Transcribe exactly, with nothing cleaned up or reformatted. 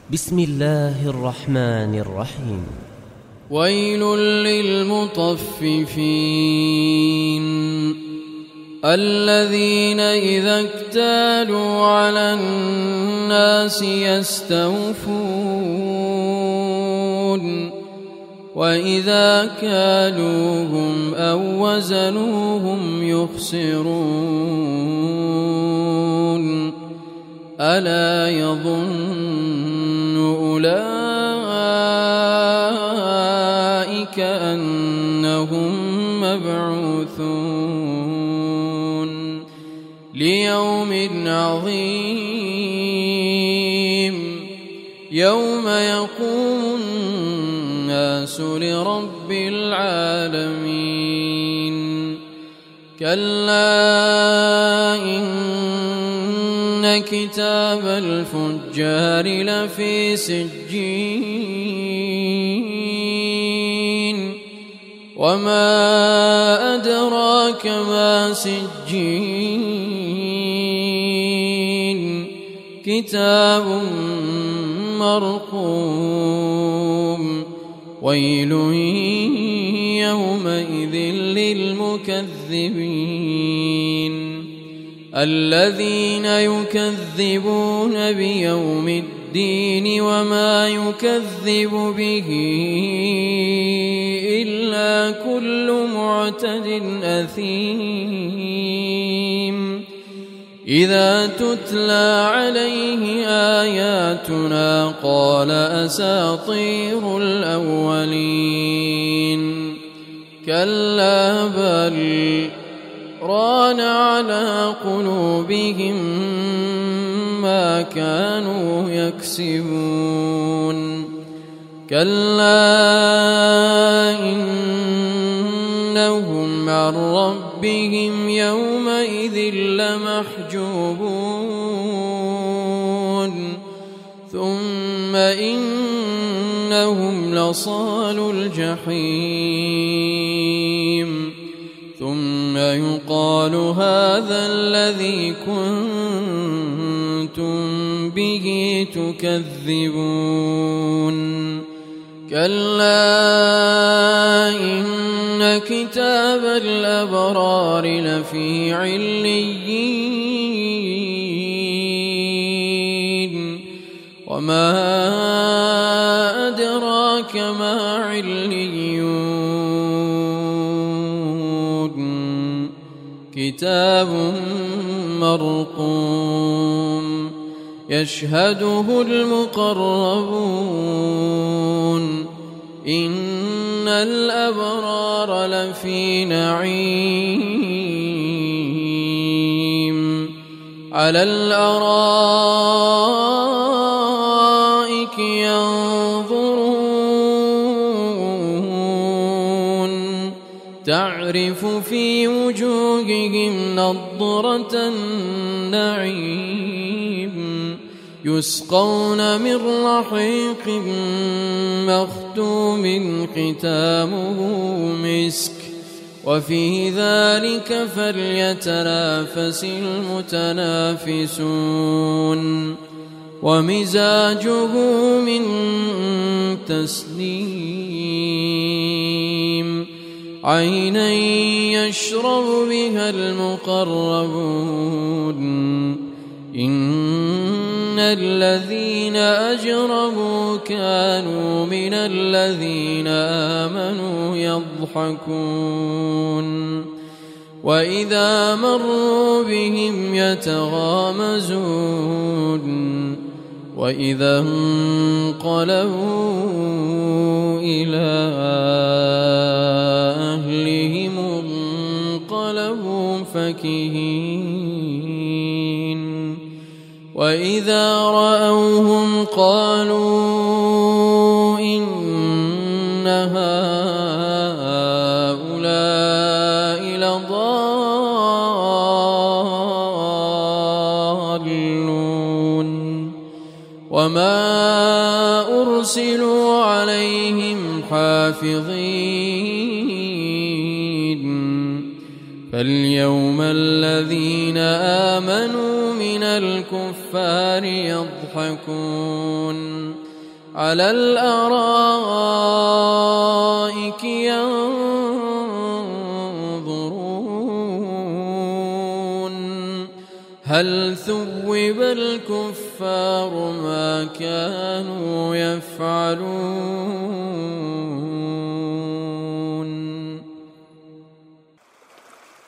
بسم الله الرحمن الرحيم. ويل للمطففين الذين إذا اكتالوا على الناس يستوفون وإذا كالوهم أو وزنوهم يخسرون ألا يظن أولئك أنهم مبعوثون ليوم عظيم يوم يقوم الناس لرب العالمين كلا إن كتاب الفجار لفي سجين وما أدراك ما سجين كتاب مرقوم ويل يومئذ للمكذبين الذين يكذبون بيوم الدين وما يكذب به إلا كل معتد أثيم إذا تتلى عليه آياتنا قال أساطير الأولين كلا بل ران على قلوبهم ما كانوا يكسبون كلا إنهم عن ربهم يومئذ لمحجوبون ثم إنهم لصالو الجحيم ثم يقال هذا الذي كنتم به تكذبون كلا إن كتاب الأبرار لفي عليين وما أدراك ما عليون كتاب مرقوم يشهده المقربون إن الأبرار لفي نعيم على الأرائك ينظرون تعرف في وجوههم نضرة النعيم يسقون من رحيق مختوم ختامه مسك وفي ذلك فليتنافس المتنافسون ومزاجه من تسنيم عينا يشرب بها المقربون إن الذين أجرموا كانوا من الذين آمنوا يضحكون وإذا مروا بهم يتغامزون وإذا انقلبوا إلى أهلهم انقلبوا فكهين وإذا رأوهم قالوا إن هؤلاء لضالون وما أرسلوا عليهم حافظين فاليوم الذين آمنوا من الكفار يضحكون على الأرائك ينظرون هل ثوب الكفار ما كانوا يفعلون